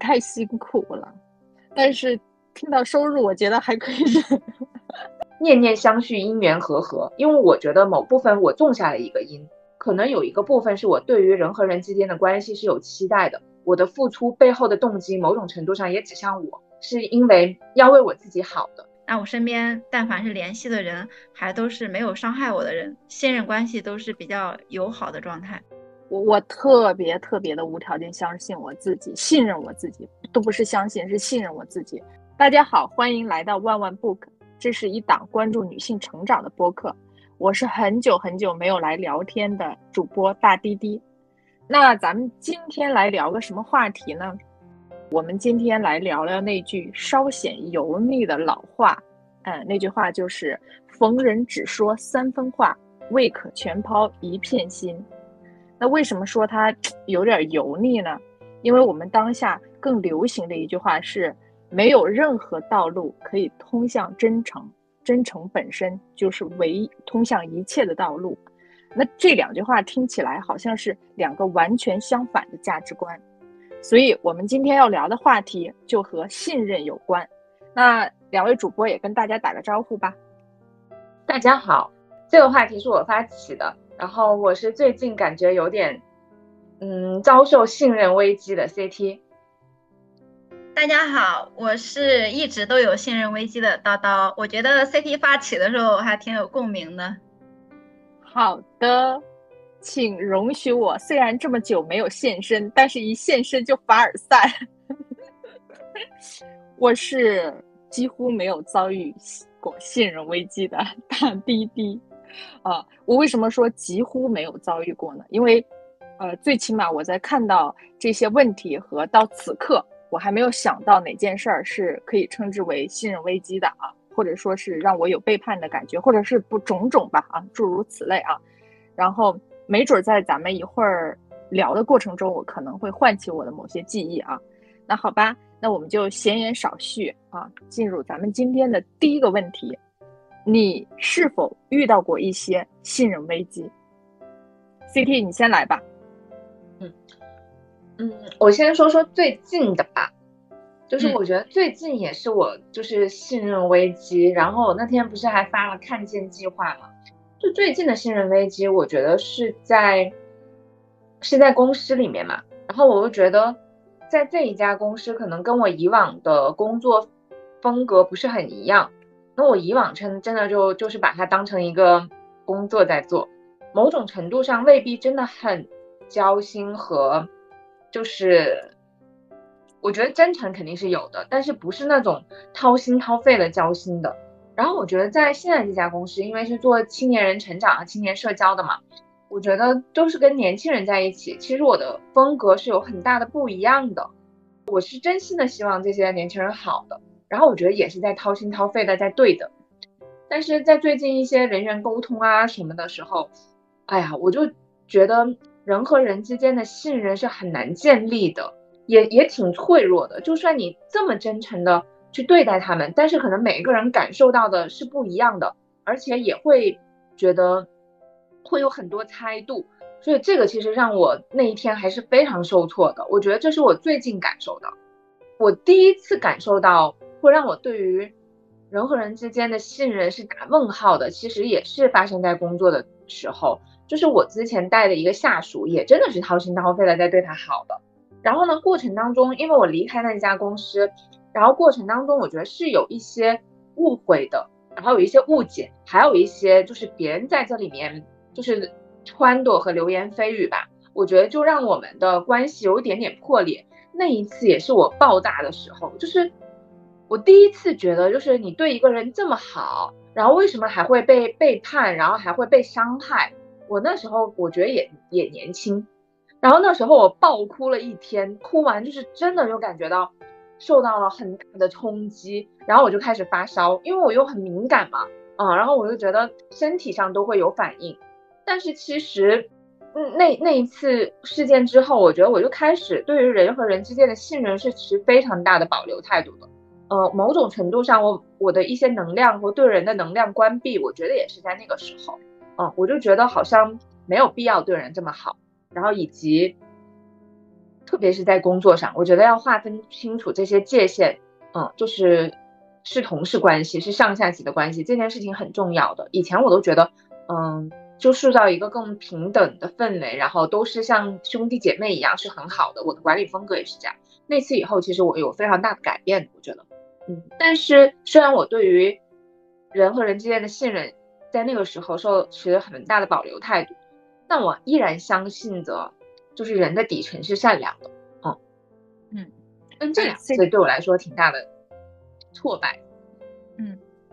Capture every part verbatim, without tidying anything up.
太辛苦了，但是听到收入我觉得还可以忍。 念念相续，因缘和合。因为我觉得某部分我种下了一个因，可能有一个部分是我对于人和人之间的关系是有期待的，我的付出背后的动机某种程度上也指向我是因为要为我自己好的。 那我身边但凡是联系的人还都是没有伤害我的人，信任关系都是比较友好的状态。 我我特别特别的无条件相信我自己，信任我自己，都不是相信，是信任我自己。大家好，欢迎来到万万 book， 这是一档关注女性成长的播客。我是很久很久没有来聊天的主播大滴滴。那咱们今天来聊个什么话题呢？我们今天来聊聊那句稍显油腻的老话，嗯，那句话就是逢人只说三分话，未可全抛一片心。那为什么说它有点油腻呢？因为我们当下更流行的一句话是没有任何道路可以通向真诚，真诚本身就是唯一通向一切的道路。那这两句话听起来好像是两个完全相反的价值观，所以我们今天要聊的话题就和信任有关。那两位主播也跟大家打个招呼吧。 大家好，这个话题是我发起的，然后我是最近感觉有点嗯遭受信任危机的 C T。 大家好，我是一直都有信任危机的叨叨。我觉得 C T 发起的时候还挺有共鸣的。 好的，请容许我虽然这么久没有现身，但是一现身就凡尔赛。我是几乎没有遭遇过信任危机的大滴滴啊，我为什么说几乎没有遭遇过呢？因为呃，最起码我在看到这些问题和到此刻我还没有想到哪件事儿是可以称之为信任危机的啊，或者说是让我有背叛的感觉，或者是不种种吧啊，诸如此类啊。然后没准在咱们一会儿聊的过程中，我可能会唤起我的某些记忆啊。那好吧，那我们就闲言少叙啊，进入咱们今天的第一个问题：你是否遇到过一些信任危机 ？C T， 你先来吧。 嗯嗯，我先说说最近的吧，就是我觉得最近也是我就是信任危机，嗯、然后我那天不是还发了看见计划吗？就最近的信任危机，我觉得是在是在公司里面嘛，然后我就觉得在这一家公司可能跟我以往的工作风格不是很一样，那我以往真真的就就是把它当成一个工作在做，某种程度上未必真的很交心和就是我觉得真诚肯定是有的，但是不是那种掏心掏肺的交心的。然后我觉得在现在这家公司，因为是做青年人成长和青年社交的嘛，我觉得都是跟年轻人在一起，其实我的风格是有很大的不一样的。我是真心的希望这些年轻人好的，然后我觉得也是在掏心掏肺的在对的。但是在最近一些人员沟通啊什么的时候，哎呀，我就觉得人和人之间的信任是很难建立的，也也挺脆弱的。就算你这么真诚的去对待他们，但是可能每一个人感受到的是不一样的，而且也会觉得会有很多猜度，所以这个其实让我那一天还是非常受挫的。我觉得这是我最近感受到，我第一次感受到会让我对于人和人之间的信任是打问号的，其实也是发生在工作的时候，就是我之前带的一个下属也真的是掏心掏肺的在对他好的，然后呢过程当中因为我离开那家公司，然后过程当中我觉得是有一些误会的，然后有一些误解，还有一些就是别人在这里面就是撺掇和流言蜚语吧，我觉得就让我们的关系有一点点破裂。那一次也是我爆炸的时候，就是我第一次觉得就是你对一个人这么好，然后为什么还会被背叛，然后还会被伤害。我那时候我觉得也也年轻，然后那时候我爆哭了一天，哭完就是真的就感觉到受到了很大的冲击，然后我就开始发烧，因为我又很敏感嘛，啊、嗯，然后我就觉得身体上都会有反应。但是其实嗯，那那一次事件之后，我觉得我就开始对于人和人之间的信任是持非常大的保留态度的。呃，某种程度上，我我的一些能量和对人的能量关闭，我觉得也是在那个时候。嗯、呃，我就觉得好像没有必要对人这么好，然后以及特别是在工作上，我觉得要划分清楚这些界限，嗯，就是是同事关系，是上下级的关系，这件事情很重要的。以前我都觉得，嗯，就塑造一个更平等的氛围，然后都是像兄弟姐妹一样是很好的。我的管理风格也是这样。那次以后，其实我有非常大的改变，我觉得，嗯，但是虽然我对于人和人之间的信任，在那个时候受持很大的保留态度，但我依然相信着，就是人的底层是善良的，嗯嗯， 但这两次对我来说挺大的挫败。 嗯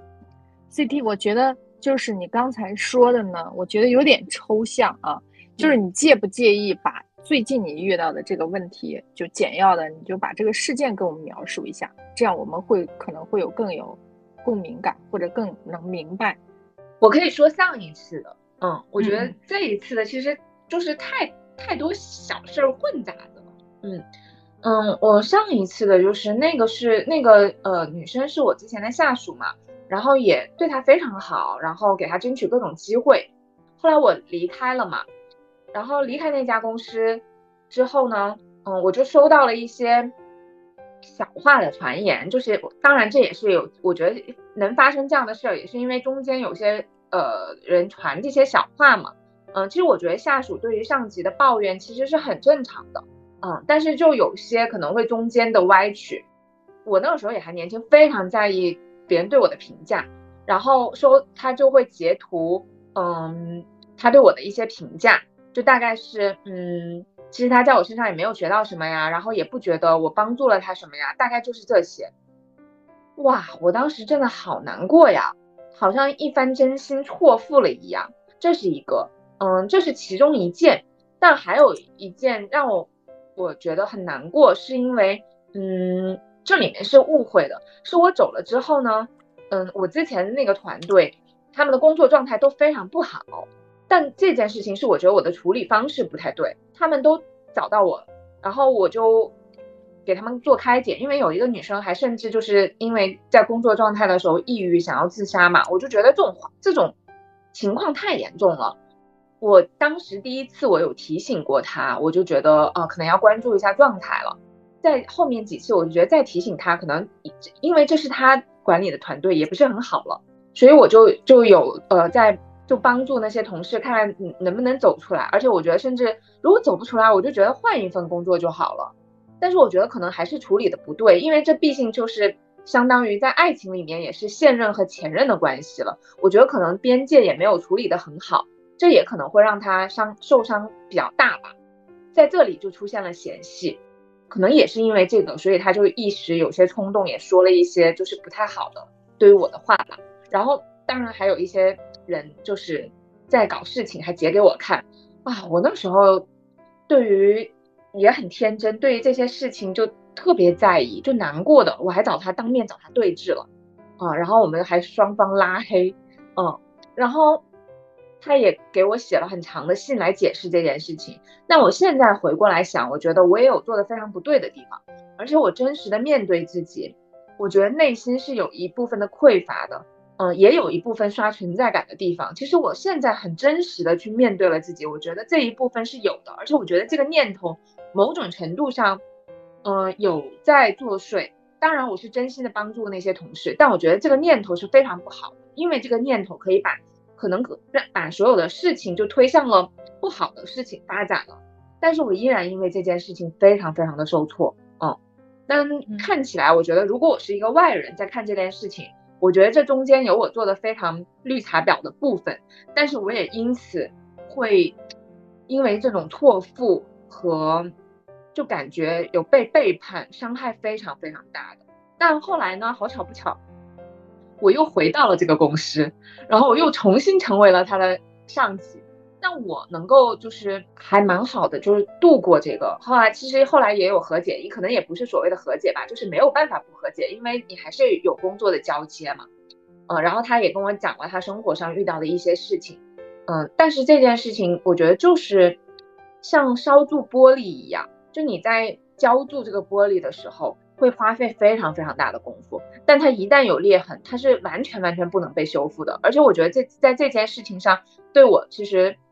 ，C T， 我觉得就是你刚才说的呢，我觉得有点抽象啊，就是你介不介意把最近你遇到的这个问题，就简要的，你就把这个事件跟我们描述一下，这样我们会可能会有更有共鸣感，或者更能明白。 我可以说上一次的，嗯，我觉得这一次的其实就是太太多小事儿混杂的了，嗯嗯，我上一次的就是那个是那个呃女生是我之前的下属嘛，然后也对她非常好，然后给她争取各种机会，后来我离开了嘛，然后离开那家公司之后呢，嗯，我就收到了一些小话的传言，就是当然这也是有，我觉得能发生这样的事儿，也是因为中间有些呃人传这些小话嘛，嗯，其实我觉得下属对于上级的抱怨其实是很正常的，嗯，但是就有些可能会中间的歪曲，我那个时候也还年轻，非常在意别人对我的评价，然后说他就会截图，嗯，他对我的一些评价，就大概是嗯。其实他在我身上也没有学到什么呀，然后也不觉得我帮助了他什么呀，大概就是这些。哇，我当时真的好难过呀，好像一番真心错付了一样。这是一个，嗯，这是其中一件，但还有一件让我我觉得很难过，是因为，嗯，这里面是误会的，是我走了之后呢，嗯，我之前的那个团队，他们的工作状态都非常不好。但这件事情是我觉得我的处理方式不太对，他们都找到我，然后我就给他们做开解，因为有一个女生还甚至就是因为在工作状态的时候抑郁想要自杀嘛，我就觉得这种这种情况太严重了。我当时第一次我有提醒过他，我就觉得呃可能要关注一下状态了。在后面几次我就觉得再提醒他，可能因为这是他管理的团队也不是很好了，所以我就就有呃在。就帮助那些同事看看能不能走出来，而且我觉得甚至如果走不出来，我就觉得换一份工作就好了。但是我觉得可能还是处理的不对，因为这毕竟就是相当于在爱情里面也是现任和前任的关系了，我觉得可能边界也没有处理的很好，这也可能会让他伤受伤比较大吧。在这里就出现了嫌隙，可能也是因为这个，所以他就一时有些冲动，也说了一些就是不太好的对于我的话吧。然后当然还有一些人就是在搞事情还截给我看啊，我那时候对于也很天真，对于这些事情就特别在意，就难过的，我还找他当面找他对峙了啊，然后我们还双方拉黑，嗯，然后他也给我写了很长的信来解释这件事情。那我现在回过来想，我觉得我也有做的非常不对的地方，而且我真实的面对自己，我觉得内心是有一部分的匮乏的。嗯、呃，也有一部分刷存在感的地方。其实我现在很真实的去面对了自己，我觉得这一部分是有的，而且我觉得这个念头某种程度上，呃，有在作祟。当然，我是真心的帮助那些同事，但我觉得这个念头是非常不好的，因为这个念头可以把可能把所有的事情就推向了不好的事情发展了。但是我依然因为这件事情非常非常的受挫，嗯，但看起来我觉得如果我是一个外人在看这件事情。我觉得这中间有我做的非常绿茶婊的部分，但是我也因此会因为这种错付和就感觉有被背叛，伤害非常非常大的。但后来呢，好巧不巧，我又回到了这个公司，然后我又重新成为了他的上级。但我能够就是还蛮好的，就是度过这个。后来其实后来也有和解，可能也不是所谓的和解吧，就是没有办法不和解，因为你还是有工作的交接嘛。嗯，然后他也跟我讲了他生活上遇到的一些事情。嗯，但是这件事情我觉得就是像烧铸玻璃一样，就你在浇铸这个玻璃的时候会花费非常非常大的功夫，但它一旦有裂痕，它是完全完全不能被修复的。而且我觉得这在这件事情上对我其实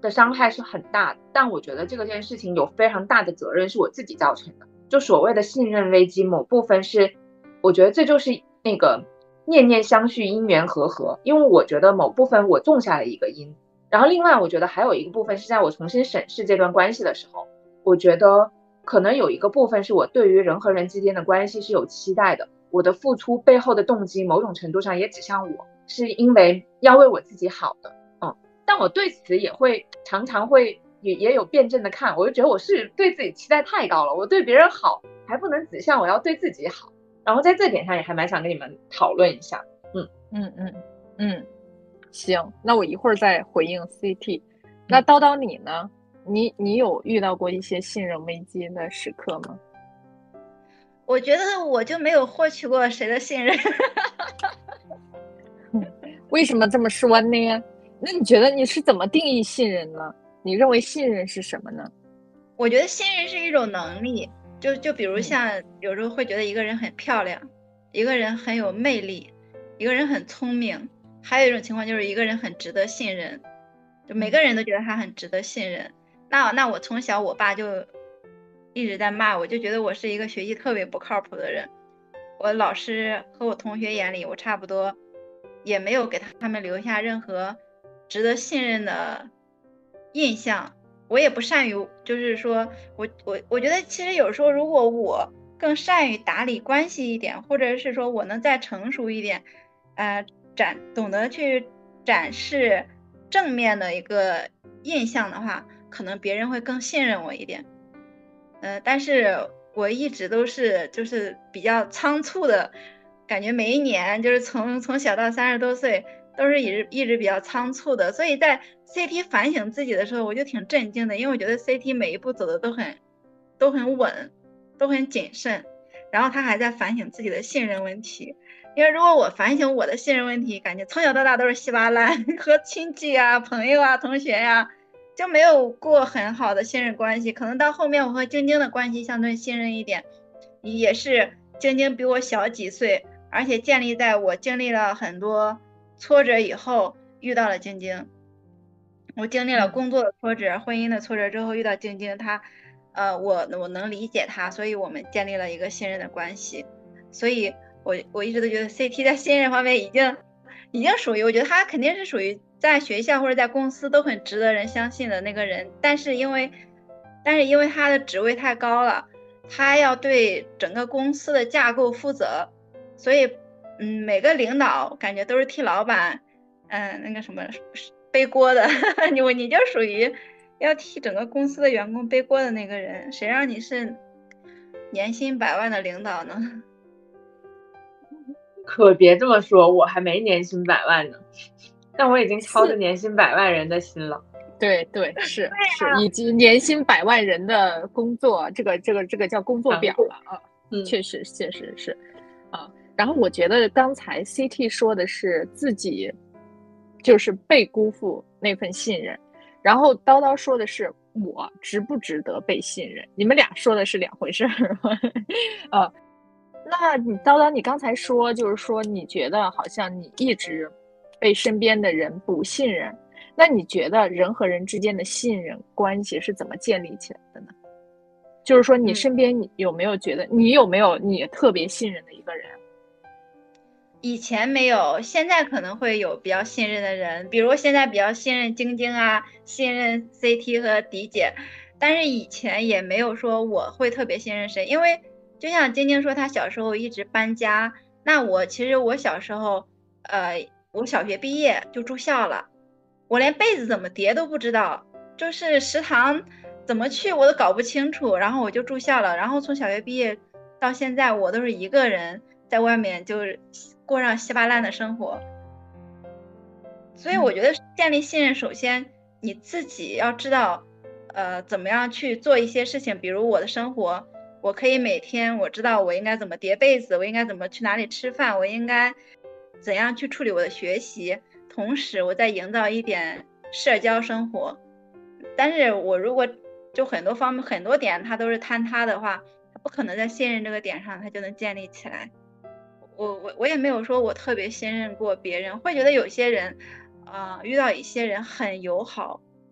的伤害是很大的，但我觉得这个件事情有非常大的责任是我自己造成的。就所谓的信任危机，某部分是我觉得这就是那个念念相续，因缘和合，因为我觉得某部分我种下了一个因，然后另外我觉得还有一个部分是在我重新审视这段关系的时候，我觉得可能有一个部分是我对于人和人之间的关系是有期待的，我的付出背后的动机某种程度上也指向我是因为要为我自己好的，嗯，但我对此也会常常会也也有辩证的看，我就觉得我是对自己期待太高了，我对别人好还不能指向我要对自己好，然后在这点上也还蛮想跟你们讨论一下。嗯嗯嗯嗯，行，那我一会儿再回应 C T。那叨叨你呢？你你有遇到过一些信任危机的时刻吗？ 我觉得我就没有获取过谁的信任。 为什么这么说呢？那你觉得你是怎么定义信任呢？你认为信任是什么呢？ 我觉得信任是一种能力，就就比如像有时候会觉得一个人很漂亮，一个人很有魅力，一个人很聪明，还有一种情况就是一个人很值得信任，就每个人都觉得他很值得信任。那那我从小我爸就一直在骂我，就觉得我是一个学习特别不靠谱的人。我老师和我同学眼里，我差不多也没有给他们留下任何值得信任的印象。我也不善于，就是说我我我觉得其实有时候如果我更善于打理关系一点，或者是说我能再成熟一点，呃，展懂得去展示正面的一个印象的话，可能别人会更信任我一点。呃，但是我一直都是就是比较仓促的，感觉每一年就是从从小到三十多岁都是一直一直比较仓促的，所以在 C T 反省自己的时候，我就挺震惊的，因为我觉得 C T 每一步走的都很都很稳，都很谨慎，然后他还在反省自己的信任问题。因为如果我反省我的信任问题，感觉从小到大都是稀巴烂，和亲戚啊、朋友啊、同学呀、啊。就没有过很好的信任关系，可能到后面我和晶晶的关系相对信任一点，也是晶晶比我小几岁，而且建立在我经历了很多挫折以后遇到了晶晶。我经历了工作的挫折、婚姻的挫折之后遇到晶晶，她，呃，我我能理解她，所以我们建立了一个信任的关系。所以我我一直都觉得 C T 在信任方面已经已经属于，我觉得他肯定是属于在学校或者在公司都很值得人相信的那个人，但是因为但是因为他的职位太高了，他要对整个公司的架构负责，所以嗯，每个领导感觉都是替老板嗯那个什么背锅的。你你就属于要替整个公司的员工背锅的那个人，谁让你是年薪百万的领导呢？ 可别这么说，我还没年薪百万呢，但我已经操着年薪百万人的心了。 对对是是，以及年薪百万人的工作，这个这个这个叫工作表了啊。嗯，确实确实是啊。然后我觉得刚才 C T 说的是自己就是被辜负那份信任，然后叨叨说的是我值不值得被信任，你们俩说的是两回事儿。啊，那你叨叨，你刚才说就是说你觉得好像你一直被身边的人不信任，那你觉得人和人之间的信任关系是怎么建立起来的呢？就是说你身边你有没有觉得、嗯、你有没有你特别信任的一个人？ 以前没有，现在可能会有比较信任的人，比如现在比较信任晶晶啊，信任 C T 和迪姐，但是以前也没有说我会特别信任谁，因为就像晶晶说她小时候一直搬家，那我其实我小时候呃我小学毕业就住校了，我连被子怎么叠都不知道，就是食堂怎么去我都搞不清楚，然后我就住校了，然后从小学毕业到现在我都是一个人在外面就是过上稀巴烂的生活。所以我觉得建立信任，首先你自己要知道呃怎么样去做一些事情，比如我的生活，我可以每天我知道我应该怎么叠被子，我应该怎么去哪里吃饭，我应该怎样去处理我的学习，同时我在营造一点社交生活。但是我如果就很多方面很多点它都是坍塌的话，它不可能在信任这个点上它就能建立起来。我我我也没有说我特别信任过别人，会觉得有些人啊、呃，遇到一些人很友好，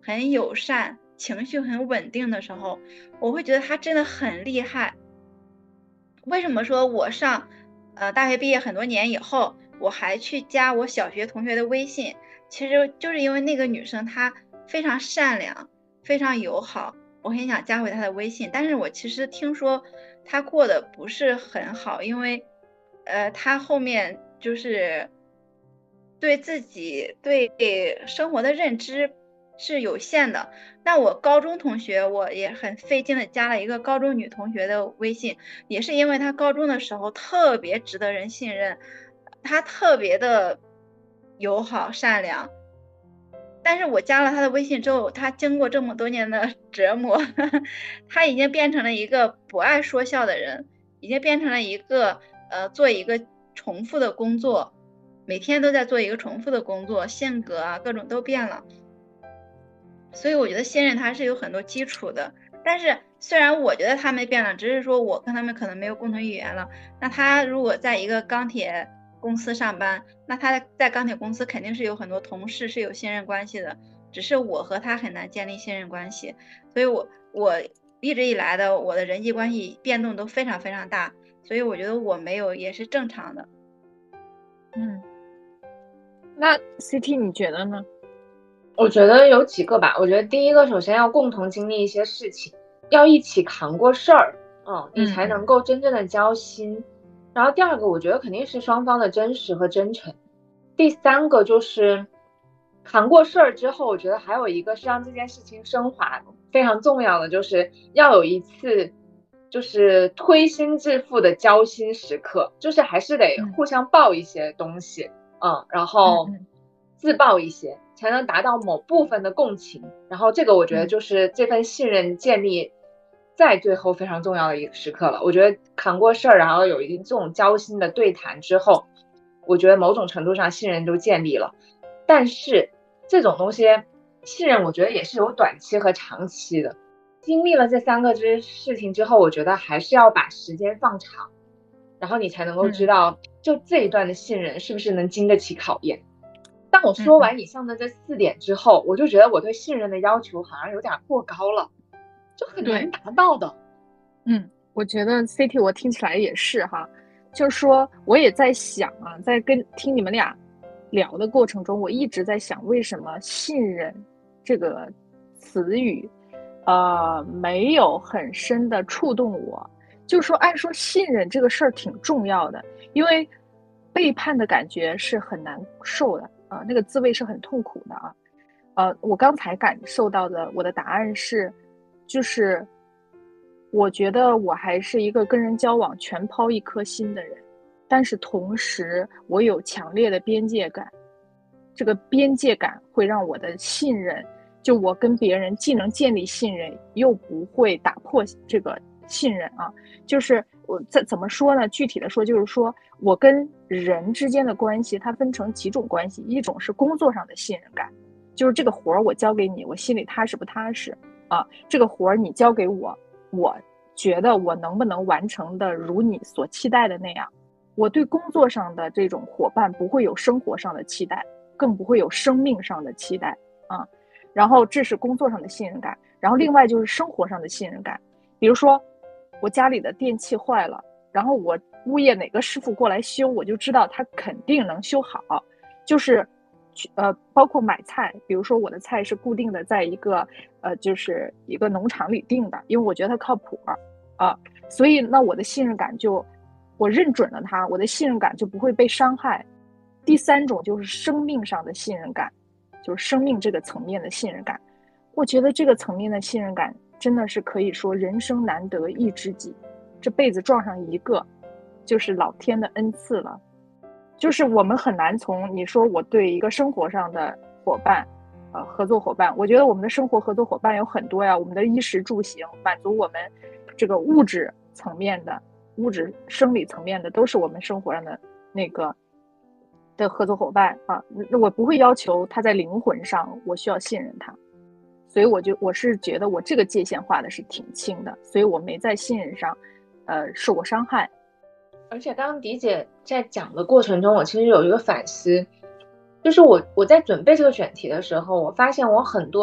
很友善，情绪很稳定的时候，我会觉得他真的很厉害。为什么说我上呃大学毕业很多年以后，我还去加我小学同学的微信？其实就是因为那个女生她非常善良，非常友好，我很想加回她的微信。但是我其实听说她过得不是很好，因为呃她后面就是对自己对生活的认知是有限的。那我高中同学，我也很费劲的加了一个高中女同学的微信，也是因为她高中的时候特别值得人信任，她特别的友好善良。但是我加了她的微信之后，她经过这么多年的折磨，她已经变成了一个不爱说笑的人，已经变成了一个呃做一个重复的工作，每天都在做一个重复的工作，性格啊各种都变了。所以我觉得信任它是有很多基础的。但是虽然我觉得他没变了，只是说我跟他们可能没有共同语言了。那他如果在一个钢铁公司上班，那他在钢铁公司肯定是有很多同事是有信任关系的，只是我和他很难建立信任关系。所以我我一直以来的我的人际关系变动都非常非常大，所以我觉得我没有也是正常的。 嗯，那 C T 你觉得呢？ 我觉得有几个吧。我觉得第一个，首先要共同经历一些事情，要一起扛过事儿，嗯，你才能够真正的交心。嗯、然后第二个，我觉得肯定是双方的真实和真诚。第三个就是扛过事儿之后，我觉得还有一个是让这件事情升华非常重要的，就是要有一次就是推心置腹的交心时刻，就是还是得互相报一些东西，嗯，嗯然后自曝一些。才能达到某部分的共情，然后这个我觉得就是这份信任建立在最后非常重要的一个时刻了。我觉得扛过事儿，然后有一定这种交心的对谈之后，我觉得某种程度上信任就建立了。但是这种东西，信任我觉得也是有短期和长期的。经历了这三个这事情之后，我觉得还是要把时间放长，然后你才能够知道，就这一段的信任是不是能经得起考验。当我说完以上的这四点之后，我就觉得我对信任的要求好像有点过高了，就很难达到的。 嗯，我觉得 C T 我听起来也是哈，就是说我也在想啊，在跟听你们俩聊的过程中，我一直在想，为什么信任这个词语，呃，没有很深的触动我。就是说，按说信任这个事儿挺重要的，因为背叛的感觉是很难受的。啊、呃，那个滋味是很痛苦的啊，呃，我刚才感受到的，我的答案是，就是我觉得我还是一个跟人交往全抛一颗心的人，但是同时我有强烈的边界感，这个边界感会让我的信任，就我跟别人既能建立信任，又不会打破这个信任啊，就是我怎怎么说呢？具体的说，就是说我跟人之间的关系，它分成几种关系，一种是工作上的信任感，就是这个活儿我交给你，我心里踏实不踏实啊？这个活儿你交给我，我觉得我能不能完成的如你所期待的那样？我对工作上的这种伙伴不会有生活上的期待，更不会有生命上的期待啊。然后这是工作上的信任感，然后另外就是生活上的信任感，比如说我家里的电器坏了，然后我物业哪个师傅过来修，我就知道他肯定能修好。就是呃，包括买菜，比如说我的菜是固定的在一个呃，就是一个农场里定的，因为我觉得它靠谱啊，所以那我的信任感就我认准了它，我的信任感就不会被伤害。第三种就是生命上的信任感，就是生命这个层面的信任感。我觉得这个层面的信任感真的是可以说人生难得一知己，这辈子撞上一个就是老天的恩赐了。就是我们很难从你说我对一个生活上的伙伴呃，合作伙伴，我觉得我们的生活合作伙伴有很多呀，我们的衣食住行满足我们这个物质层面的物质生理层面的都是我们生活上的那个的合作伙伴啊，那我不会要求他在灵魂上我需要信任他，所以我就我是觉得我这个界限画的是挺清的，所以我没在信任上呃受过伤害。 而且刚刚迪姐在讲的过程中，我其实有一个反思，就是我我在准备这个选题的时候，我发现我很多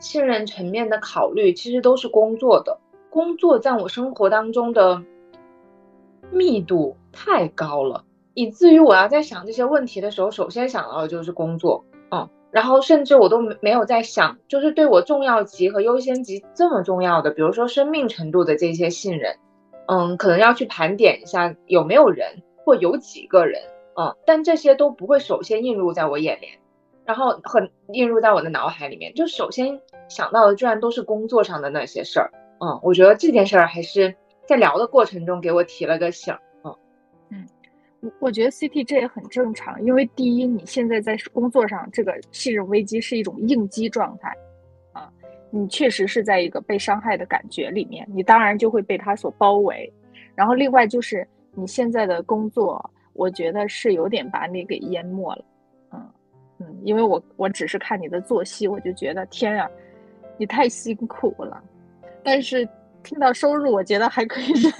信任层面的考虑，其实都是工作的。工作在我生活当中的密度太高了，以至于我要在想这些问题的时候，首先想到的就是工作，嗯，然后甚至我都没有在想，就是对我重要级和优先级这么重要的，比如说生命程度的这些信任，嗯，可能要去盘点一下有没有人或有几个人，嗯，但这些都不会首先映入在我眼帘，然后很映入在我的脑海里面，就首先想到的居然都是工作上的那些事儿，嗯，我觉得这件事儿还是在聊的过程中给我提了个醒，嗯嗯，我我觉得 C T 这也很正常，因为第一，你现在在工作上这个信任危机是一种应激状态，啊，你确实是在一个被伤害的感觉里面，你当然就会被他所包围。然后另外就是你现在的工作，我觉得是有点把你给淹没了，嗯嗯，因为我我只是看你的作息，我就觉得天啊，你太辛苦了。但是听到收入，我觉得还可以忍。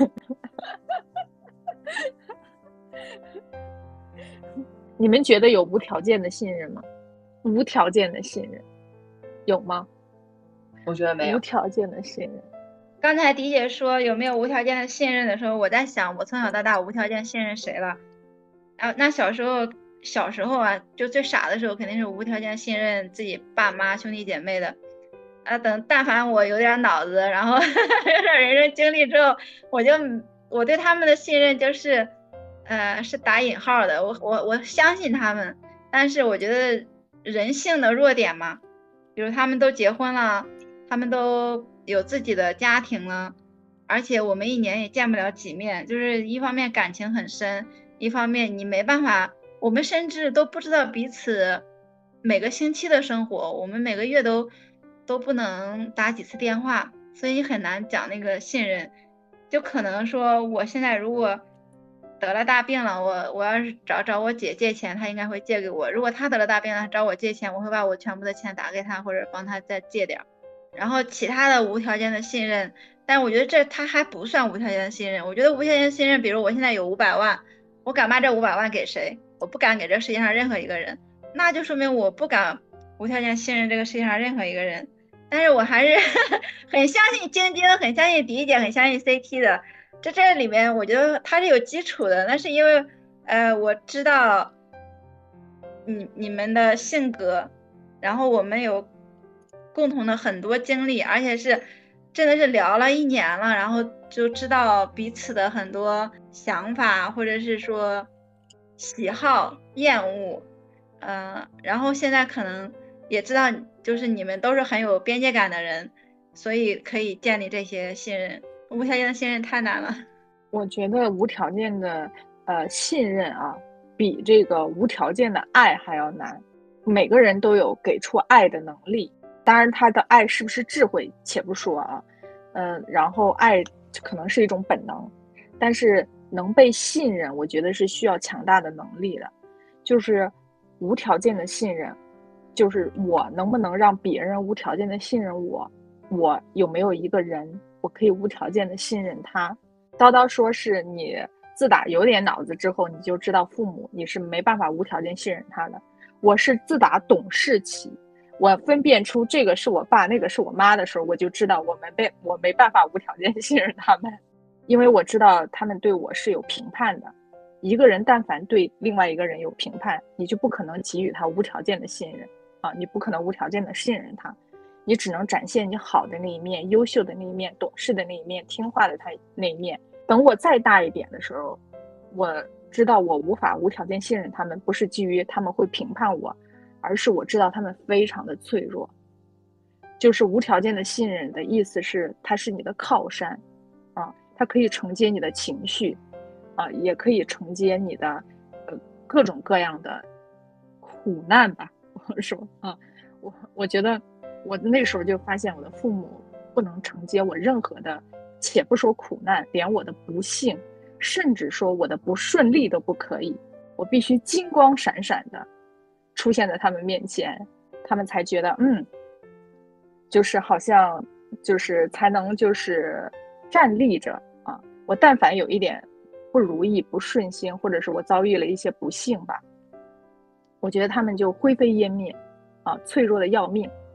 你们觉得有无条件的信任吗？无条件的信任有吗？ 我觉得没有无条件的信任。 刚才迪姐说有没有无条件的信任的时候，我在想我从小到大无条件信任谁了？啊，那小时候小时候啊，就最傻的时候肯定是无条件信任自己爸妈兄弟姐妹的。啊，等但凡我有点脑子，然后有点人生经历之后，我就我对他们的信任就是，呃，是打引号的。我我我相信他们，但是我觉得人性的弱点嘛，比如他们都结婚了，他们都有自己的家庭了，而且我们一年也见不了几面，就是一方面感情很深，一方面你没办法，我们甚至都不知道彼此每个星期的生活，我们每个月都。都不能打几次电话，所以很难讲那个信任。就可能说我现在如果得了大病了，我我要是找找我姐借钱，她应该会借给我。如果她得了大病了找我借钱，我会把我全部的钱打给她，或者帮她再借点。然后其他的无条件的信任，但我觉得这他还不算无条件的信任。我觉得无条件的信任，比如我现在有五百万，我敢把这五百万给谁？我不敢给这世界上任何一个人，那就说明我不敢无条件信任这个世界上任何一个人。但是我还是很相信晶晶，很相信迪姐，很相信 C T 的。这这里面我觉得它是有基础的，那是因为呃我知道你你们的性格，然后我们有共同的很多经历，而且是真的是聊了一年了，然后就知道彼此的很多想法，或者是说喜好、厌恶，嗯、呃，然后现在可能也知道。就是你们都是很有边界感的人，所以可以建立这些信任。无条件的信任太难了。 我觉得无条件的呃信任啊，比这个无条件的爱还要难。每个人都有给出爱的能力，当然他的爱是不是智慧且不说啊，嗯、呃，然后爱可能是一种本能，但是能被信任，我觉得是需要强大的能力的。就是无条件的信任。就是我能不能让别人无条件的信任我，我有没有一个人我可以无条件的信任他。叨叨说是你自打有点脑子之后，你就知道父母你是没办法无条件信任他的。我是自打懂事起，我分辨出这个是我爸那个是我妈的时候，我就知道我们被我没办法无条件信任他们，因为我知道他们对我是有评判的。一个人但凡对另外一个人有评判，你就不可能给予他无条件的信任啊，你不可能无条件的信任他，你只能展现你好的那一面，优秀的那一面，懂事的那一面，听话的他那一面。等我再大一点的时候，我知道我无法无条件信任他们，不是基于他们会评判我，而是我知道他们非常的脆弱。就是无条件的信任的意思是，它是你的靠山啊，它可以承接你的情绪啊，也可以承接你的呃各种各样的苦难吧。我说啊，我我觉得我那时候就发现我的父母不能承接我任何的，且不说苦难，连我的不幸，甚至说我的不顺利都不可以，我必须金光闪闪的出现在他们面前，他们才觉得嗯，就是好像就是才能就是站立着啊。我但凡有一点不如意、不顺心，或者是我遭遇了一些不幸吧，我觉得他们就灰飞烟灭啊，脆弱的要命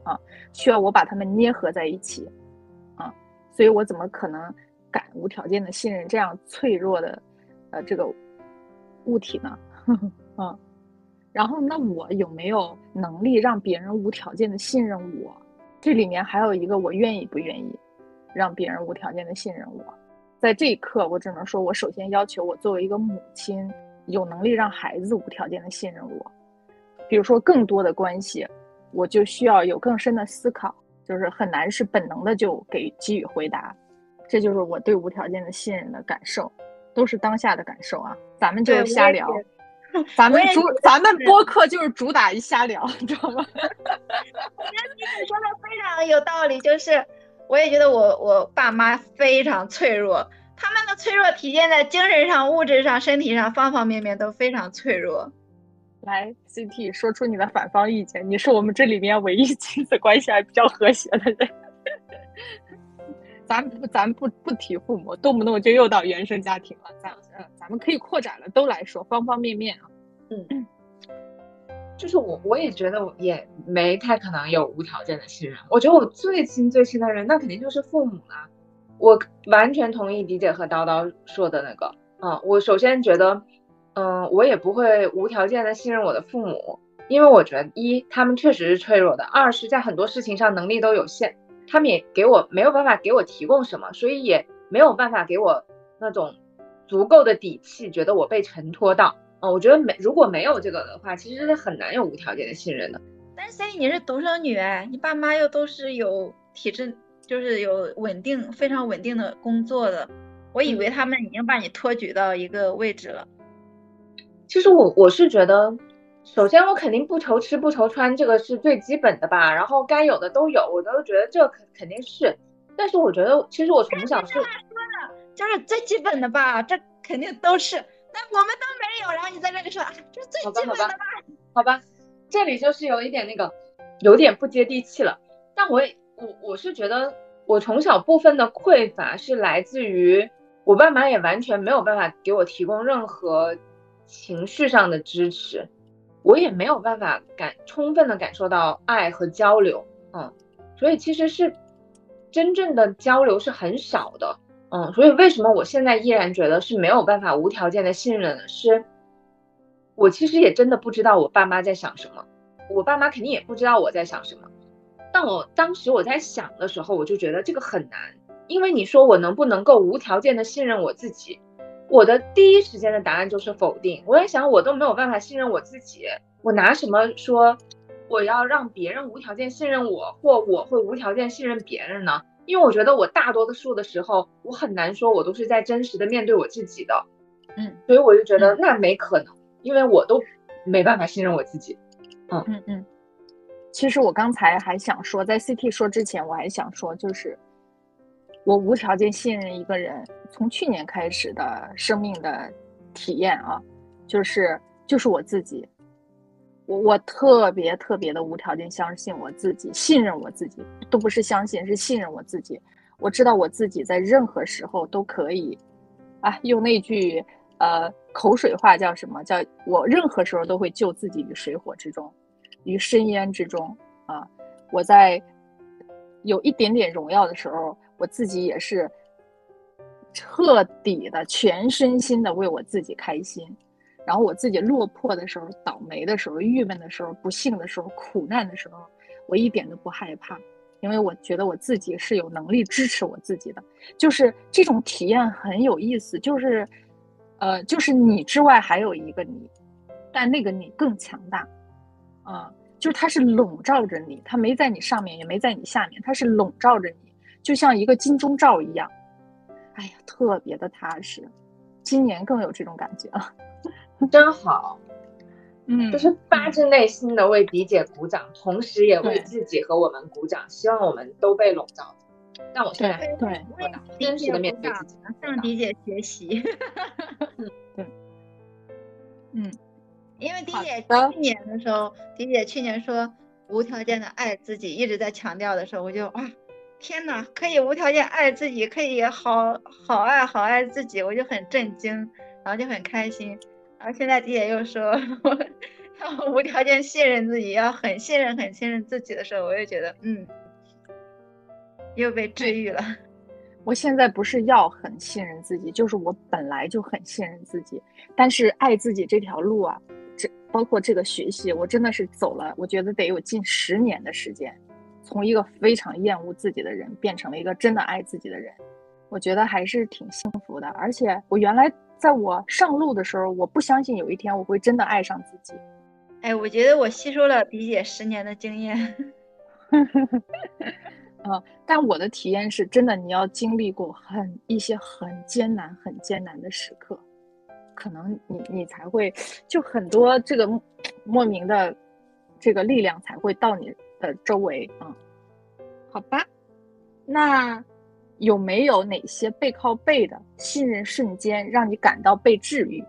啊，需要我把他们捏合在一起啊，所以我怎么可能敢无条件的信任这样脆弱的呃这个物体呢？啊，然后那我有没有能力让别人无条件的信任我？这里面还有一个我愿意不愿意让别人无条件的信任我。在这一刻，我只能说，我首先要求我作为一个母亲，有能力让孩子无条件的信任我。比如说更多的关系，我就需要有更深的思考，就是很难是本能的就给给予回答。这就是我对无条件的信任的感受，都是当下的感受啊。咱们就是瞎聊，咱们主咱们播客就是主打一瞎聊，你知道吗？ 我觉得你说的非常有道理，就是我也觉得我我爸妈非常脆弱，他们的脆弱体现在精神上、物质上、身体上方方面面都非常脆弱。 来 C T 说出你的反方意见，你是我们这里面唯一亲子关系还比较和谐的人。咱不咱不不提父母，动不动就又到原生家庭了，咱呃咱们可以扩展了，都来说方方面面啊。 嗯，就是我我也觉得我也没太可能有无条件的信任。我觉得我最亲最亲的人，那肯定就是父母了。我完全同意迪姐和叨叨说的那个，嗯，我首先觉得，嗯，我也不会无条件的信任我的父母，因为我觉得一他们确实是脆弱的，二是在很多事情上能力都有限。他们也给我没有办法给我提供什么，所以也没有办法给我那种足够的底气，觉得我被承托到。嗯，我觉得没如果没有这个的话，其实是很难有无条件的信任的。 但是 Cindy 你是独生女哎，你爸妈又都是有体制，就是有稳定非常稳定的工作的，我以为他们已经把你托举到一个位置了。 其实我我是觉得。首先我肯定不愁吃不愁穿，这个是最基本的吧，然后该有的都有，我都觉得这肯肯定是。但是我觉得其实我从小是说的就是最基本的吧，这肯定都是，但我们都没有，然后你在这里说啊，这是最基本的吧。 好吧，好吧，这里就是有一点那个有点不接地气了。但我我我是觉得我从小部分的匮乏是来自于我爸妈也完全没有办法给我提供任何情绪上的支持，我也没有办法感充分的感受到爱和交流，嗯，所以其实是真正的交流是很少的，嗯，所以为什么我现在依然觉得是没有办法无条件的信任的，是我其实也真的不知道我爸妈在想什么，我爸妈肯定也不知道我在想什么，但我当时我在想的时候，我就觉得这个很难，因为你说我能不能够无条件的信任我自己，我的第一时间的答案就是否定。我在想我都没有办法信任我自己，我拿什么说我要让别人无条件信任我，或我会无条件信任别人呢？因为我觉得我大多数的时候我很难说我都是在真实的面对我自己的， 嗯， 所以我就觉得那没可能，因为我都没办法信任我自己。嗯嗯嗯，其实我刚才还想说，在 C T 说之前我还想说，就是我无条件信任一个人，从去年开始的生命的体验啊，就是就是我自己，我我特别特别的无条件相信我自己，信任我自己，都不是相信，是信任我自己。我知道我自己在任何时候都可以，啊，用那句呃口水话叫什么？叫我任何时候都会救自己于水火之中，于深渊之中啊！我在有一点点荣耀的时候，我自己也是彻底的、全身心的为我自己开心。然后我自己落魄的时候、倒霉的时候、郁闷的时候、不幸的时候、苦难的时候，我一点都不害怕，因为我觉得我自己是有能力支持我自己的。就是这种体验很有意思，就是呃，就是你之外还有一个你，但那个你更强大啊、呃，就是它是笼罩着你，它没在你上面，也没在你下面，它是笼罩着你，就像一个金钟罩一样。哎呀，特别的踏实，今年更有这种感觉了。 真好， 嗯， 就是发自内心的为迪姐鼓掌，同时也为自己和我们鼓掌，希望我们都被笼罩。但我现在对对真实的面对自己， 向迪姐学习。 嗯，对，嗯， 因为迪姐去年的时候，迪姐去年说无条件的爱自己，一直在强调的时候，我就啊，天哪，可以无条件爱自己，可以好好爱好爱自己，我就很震惊，然后就很开心。然后现在迪姐又说当我无条件信任自己，要很信任很信任自己的时候，我就觉得嗯，又被治愈了。 我现在不是要很信任自己，就是我本来就很信任自己，但是爱自己这条路啊，这包括这个学习，我真的是走了，我觉得得有近十年的时间，从一个非常厌恶自己的人变成了一个真的爱自己的人，我觉得还是挺幸福的。而且我原来在我上路的时候，我不相信有一天我会真的爱上自己。 哎，我觉得我吸收了比姐十年的经验。 呃，但我的体验是真的，你要经历过很一些很艰难、很艰难的时刻，可能你你才会就很多这个莫名的这个力量才会到你的周围啊、嗯。好吧，那有没有哪些背靠背的信任瞬间让你感到被治愈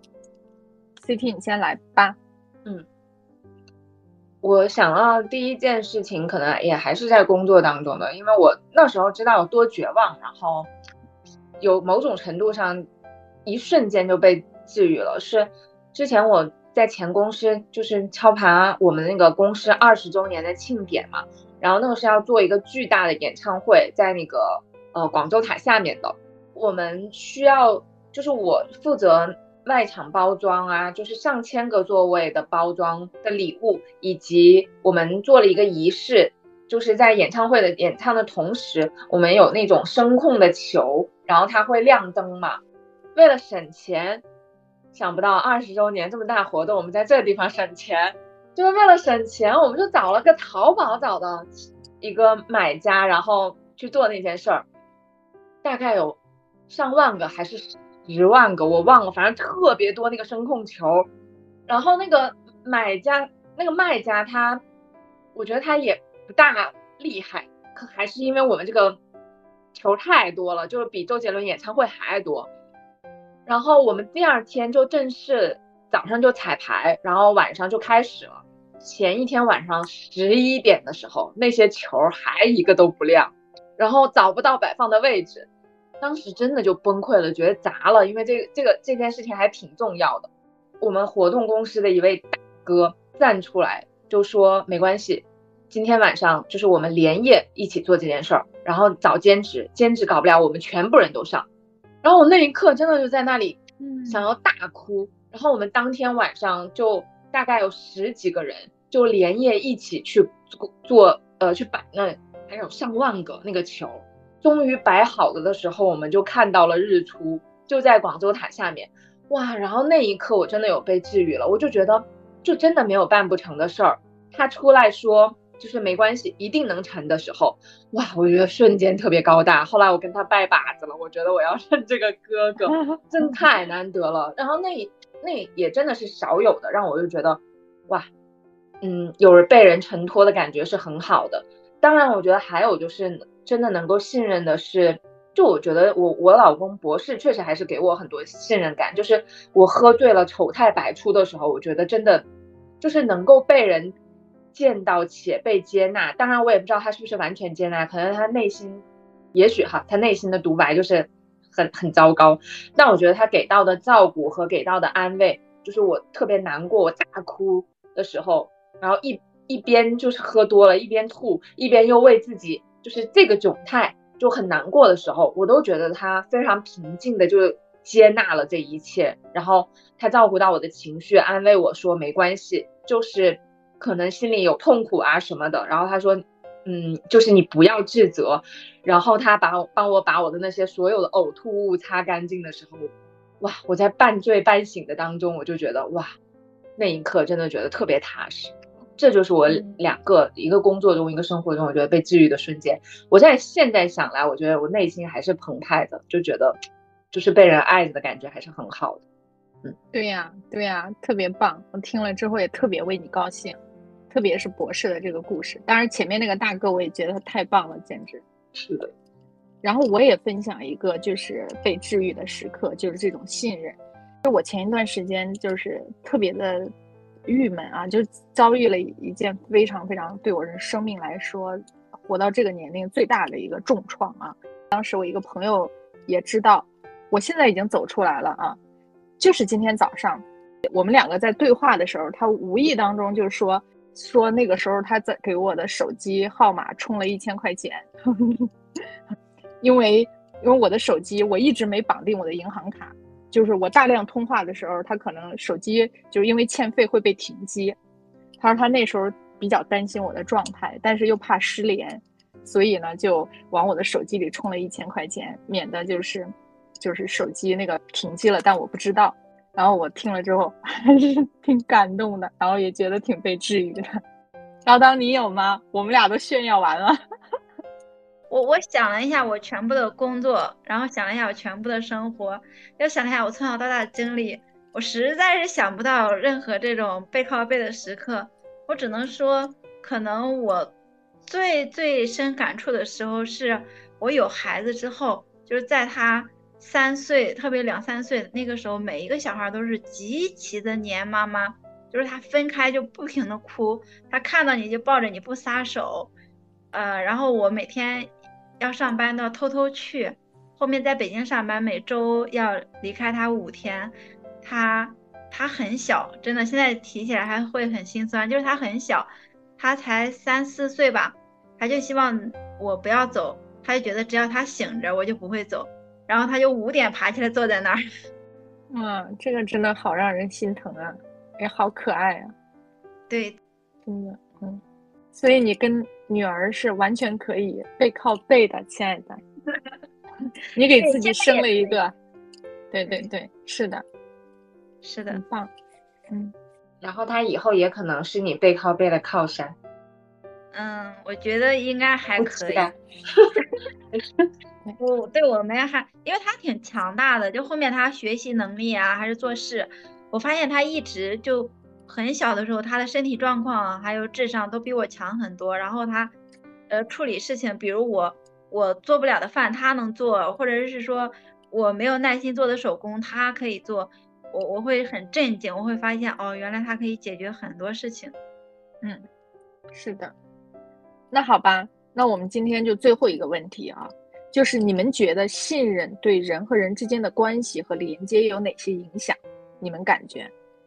？C T， 你先来吧。 嗯。我想到第一件事情可能也还是在工作当中的，因为我那时候知道有多绝望，然后有某种程度上一瞬间就被治愈了。是之前我在前公司就是敲盘我们那个公司二十周年的庆典嘛，然后那个是要做一个巨大的演唱会，在那个呃广州塔下面的，我们需要就是我负责卖场包装啊，就是上千个座位的包装的礼物，以及我们做了一个仪式，就是在演唱会的演唱的同时，我们有那种声控的球，然后它会亮灯嘛。为了省钱，想不到二十周年这么大活动，我们在这个地方省钱，就是为了省钱，我们就找了个淘宝找的一个买家，然后去做那件事儿，大概有上万个还是十万个我忘了，反正特别多那个声控球。然后那个买家那个卖家他我觉得他也不大厉害，可还是因为我们这个球太多了，就是比周杰伦演唱会还多。然后我们第二天就正式早上就彩排，然后晚上就开始了。前一天晚上十一点的时候，那些球还一个都不亮，然后找不到摆放的位置，当时真的就崩溃了，觉得砸了，因为这个这个这件事情还挺重要的。我们活动公司的一位大哥站出来就说没关系，今天晚上就是我们连夜一起做这件事儿，然后找兼职，兼职搞不了我们全部人都上。然后我那一刻真的就在那里想要大哭、嗯、然后我们当天晚上就大概有十几个人就连夜一起去做呃去摆那还有上万个那个球，终于摆好了的时候，我们就看到了日出，就在广州塔下面。哇，然后那一刻我真的有被治愈了，我就觉得就真的没有办不成的事儿。他出来说就是没关系，一定能成的时候，哇，我觉得瞬间特别高大。后来我跟他拜把子了，我觉得我要认这个哥哥，真太难得了。然后那那也真的是少有的，让我就觉得哇，嗯，有人被人承托的感觉是很好的。当然我觉得还有就是真的能够信任的是，就我觉得我我老公博士确实还是给我很多信任感，就是我喝醉了丑态百出的时候，我觉得真的就是能够被人见到且被接纳。当然我也不知道他是不是完全接纳，可能他内心也许哈他内心的独白就是很很糟糕，但我觉得他给到的照顾和给到的安慰，就是我特别难过我大哭的时候，然后一一边就是喝多了一边吐，一边又为自己就是这个窘态就很难过的时候，我都觉得他非常平静的就接纳了这一切，然后他照顾到我的情绪，安慰我说没关系，就是可能心里有痛苦啊什么的，然后他说嗯，就是你不要自责，然后他把我帮我把我的那些所有的呕吐物擦干净的时候，哇，我在半醉半醒的当中，我就觉得哇，那一刻真的觉得特别踏实。这就是我两个、嗯、一个工作中一个生活中我觉得被治愈的瞬间。我在现在想来，我觉得我内心还是澎湃的，就觉得就是被人爱着的感觉还是很好的。嗯， 对呀对呀，特别棒，我听了之后也特别为你高兴，特别是博士的这个故事。当然前面那个大哥我也觉得他太棒了，简直是的。 然后我也分享一个就是被治愈的时刻，就是这种信任。就我前一段时间就是特别的郁闷啊，就遭遇了一件非常非常对我人生命来说活到这个年龄最大的一个重创啊。当时我一个朋友也知道我现在已经走出来了啊，就是今天早上我们两个在对话的时候，他无意当中就说说那个时候他在给我的手机号码充了一千块钱，因为因为我的手机我一直没绑定我的银行卡，就是我大量通话的时候，他可能手机就是因为欠费会被停机。他说他那时候比较担心我的状态，但是又怕失联，所以呢就往我的手机里充了一千块钱，免得就是就是手机那个停机了，但我不知道。然后我听了之后还是挺感动的，然后也觉得挺被治愈的。高当你有吗？我们俩都炫耀完了。 我我想了一下我全部的工作，然后想了一下我全部的生活，又想了一下我从小到大的经历，我实在是想不到任何这种背靠背的时刻。我只能说，可能我最最深感触的时候是我有孩子之后，就是在他三岁，特别两三岁那个时候，每一个小孩都是极其的黏妈妈，就是他分开就不停的哭，他看到你就抱着你不撒手，呃，然后我每天要上班都要偷偷去，后面在北京上班，每周要离开他五天，他他很小，真的现在提起来还会很心酸，就是他很小，他才三四岁吧，他就希望我不要走，他就觉得只要他醒着我就不会走。然后他就五点爬起来坐在那儿。 嗯，这个真的好让人心疼啊，也好可爱啊。 对， 真的，嗯。所以你跟女儿是完全可以背靠背的，亲爱的。你给自己生了一个，对对对，是的， 是的， 很棒。嗯， 然后他以后也可能是你背靠背的靠山。 嗯，我觉得应该还可以。我对我们还，因为他挺强大的，就后面他学习能力啊，还是做事，我发现他一直就很小的时候，他的身体状况还有智商都比我强很多。然后他，呃，处理事情，比如我我做不了的饭他能做，或者是说我没有耐心做的手工他可以做，我我会很震惊，我会发现哦，原来他可以解决很多事情。 嗯，是的。那好吧，那我们今天就最后一个问题啊，就是你们觉得信任对人和人之间的关系和连接有哪些影响？你们感觉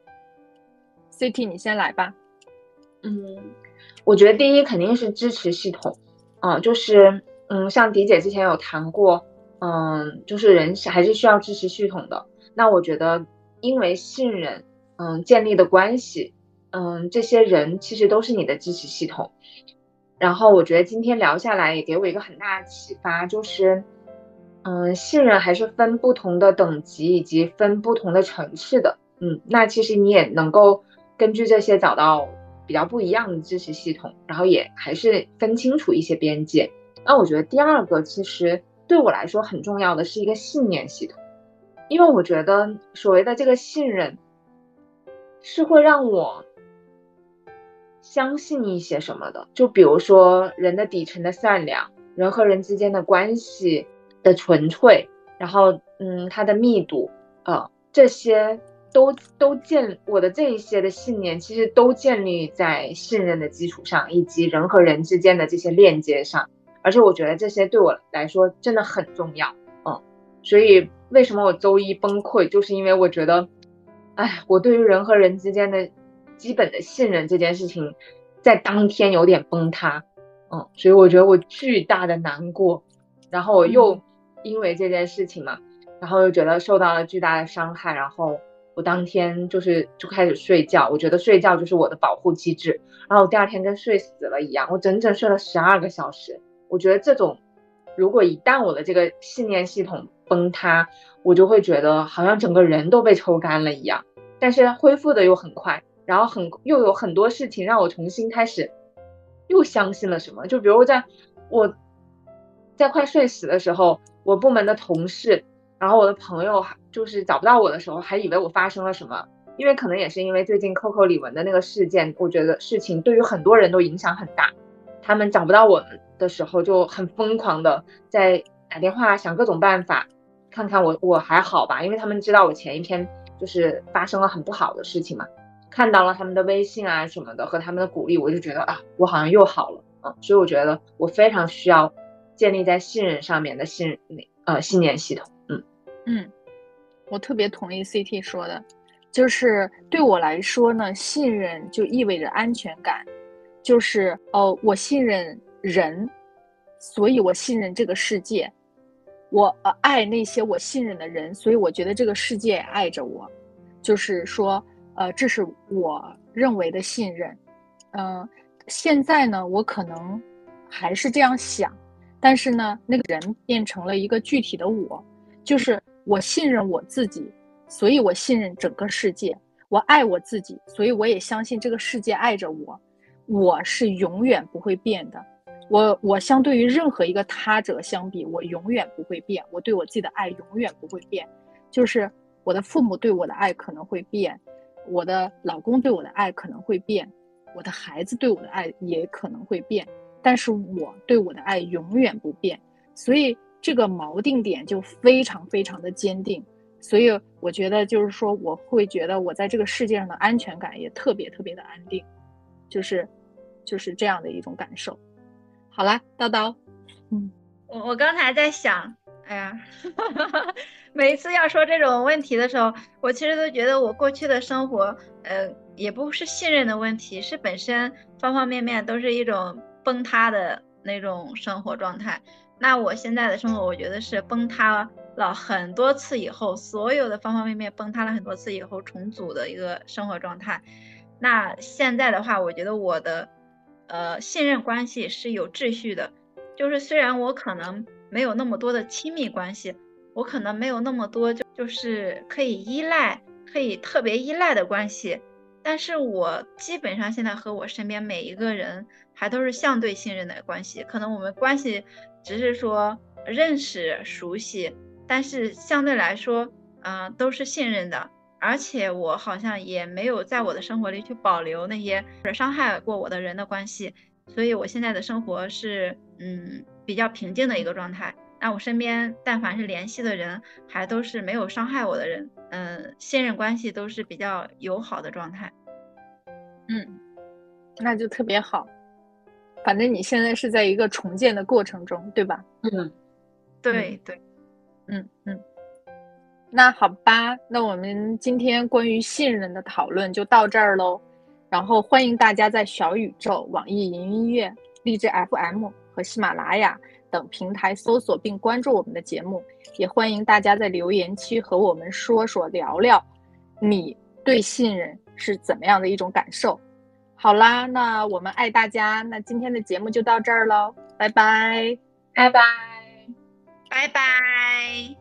C T 你先来吧。 嗯，我觉得第一肯定是支持系统，嗯，就是嗯，像迪姐之前有谈过，嗯，就是人还是需要支持系统的。那我觉得因为信任，嗯，建立的关系，嗯，这些人其实都是你的支持系统。然后我觉得今天聊下来也给我一个很大的启发，就是嗯，信任还是分不同的等级以及分不同的层次的。嗯，那其实你也能够根据这些找到比较不一样的支持系统，然后也还是分清楚一些边界。那我觉得第二个其实对我来说很重要的是一个信念系统，因为我觉得所谓的这个信任是会让我相信一些什么的，就比如说人的底层的善良，人和人之间的关系的纯粹，然后嗯，它的密度，呃，这些都都建我的这一些的信念，其实都建立在信任的基础上，以及人和人之间的这些链接上。而且我觉得这些对我来说真的很重要，嗯，所以为什么我周一崩溃，就是因为我觉得，哎，我对于人和人之间的基本的信任这件事情，在当天有点崩塌，嗯，所以我觉得我巨大的难过，然后我又因为这件事情嘛，然后又觉得受到了巨大的伤害，然后我当天就是就开始睡觉，我觉得睡觉就是我的保护机制，然后我第二天跟睡死了一样，我整整睡了十二个小时。我觉得这种，如果一旦我的这个信念系统崩塌，我就会觉得好像整个人都被抽干了一样，但是恢复的又很快。然后很又有很多事情让我重新开始又相信了什么，就比如在我在快睡死的时候，我部门的同事，然后我的朋友就是找不到我的时候，还以为我发生了什么，因为可能也是因为最近 Coco 李玟的那个事件，我觉得事情对于很多人都影响很大，他们找不到我们的时候就很疯狂的在打电话想各种办法看看我我还好吧，因为他们知道我前一天就是发生了很不好的事情嘛，看到了他们的微信啊什么的和他们的鼓励，我就觉得啊，我好像又好了，嗯，所以我觉得我非常需要建立在信任上面的信任呃信念系统。嗯嗯，我特别同意 C T 说的， 就是对我来说呢，信任就意味着安全感，就是哦，我信任人，所以我信任这个世界，我呃爱那些我信任的人，所以我觉得这个世界也爱着我，就是说，呃，这是我认为的信任。嗯、呃，现在呢，我可能还是这样想，但是呢，那个人变成了一个具体的我，就是我信任我自己，所以我信任整个世界。我爱我自己，所以我也相信这个世界爱着我。我是永远不会变的。我我相对于任何一个他者相比，我永远不会变。我对我自己的爱永远不会变。就是我的父母对我的爱可能会变，我的老公对我的爱可能会变，我的孩子对我的爱也可能会变，但是我对我的爱永远不变。所以这个锚定点就非常非常的坚定。所以我觉得就是说，我会觉得我在这个世界上的安全感也特别特别的安定，就是就是这样的一种感受。好啦，叨叨，嗯， 我我刚才在想，哎呀，每一次要说这种问题的时候，我其实都觉得我过去的生活，呃，也不是信任的问题，是本身方方面面都是一种崩塌的那种生活状态。那我现在的生活，我觉得是崩塌了很多次以后，所有的方方面面崩塌了很多次以后重组的一个生活状态。那现在的话，我觉得我的呃信任关系是有秩序的，就是虽然我可能没有那么多的亲密关系，我可能没有那么多就就是可以依赖、可以特别依赖的关系，但是我基本上现在和我身边每一个人还都是相对信任的关系，可能我们关系只是说认识、熟悉，但是相对来说，嗯、呃，都是信任的。而且我好像也没有在我的生活里去保留那些伤害过我的人的关系，所以我现在的生活是嗯比较平静的一个状态。那我身边但凡是联系的人，还都是没有伤害我的人，嗯，信任关系都是比较友好的状态。 嗯，那就特别好。反正你现在是在一个重建的过程中，对吧？ 嗯， 对对， 嗯嗯。那好吧，那我们今天关于信任的讨论就到这儿喽。然后欢迎大家在小宇宙、网易云音乐、荔枝 F M 和喜马拉雅等平台搜索并关注我们的节目，也欢迎大家在留言区和我们说说聊聊你对信任是怎么样的一种感受。好啦，那我们爱大家，那今天的节目就到这儿喽，拜拜， 拜拜， 拜拜。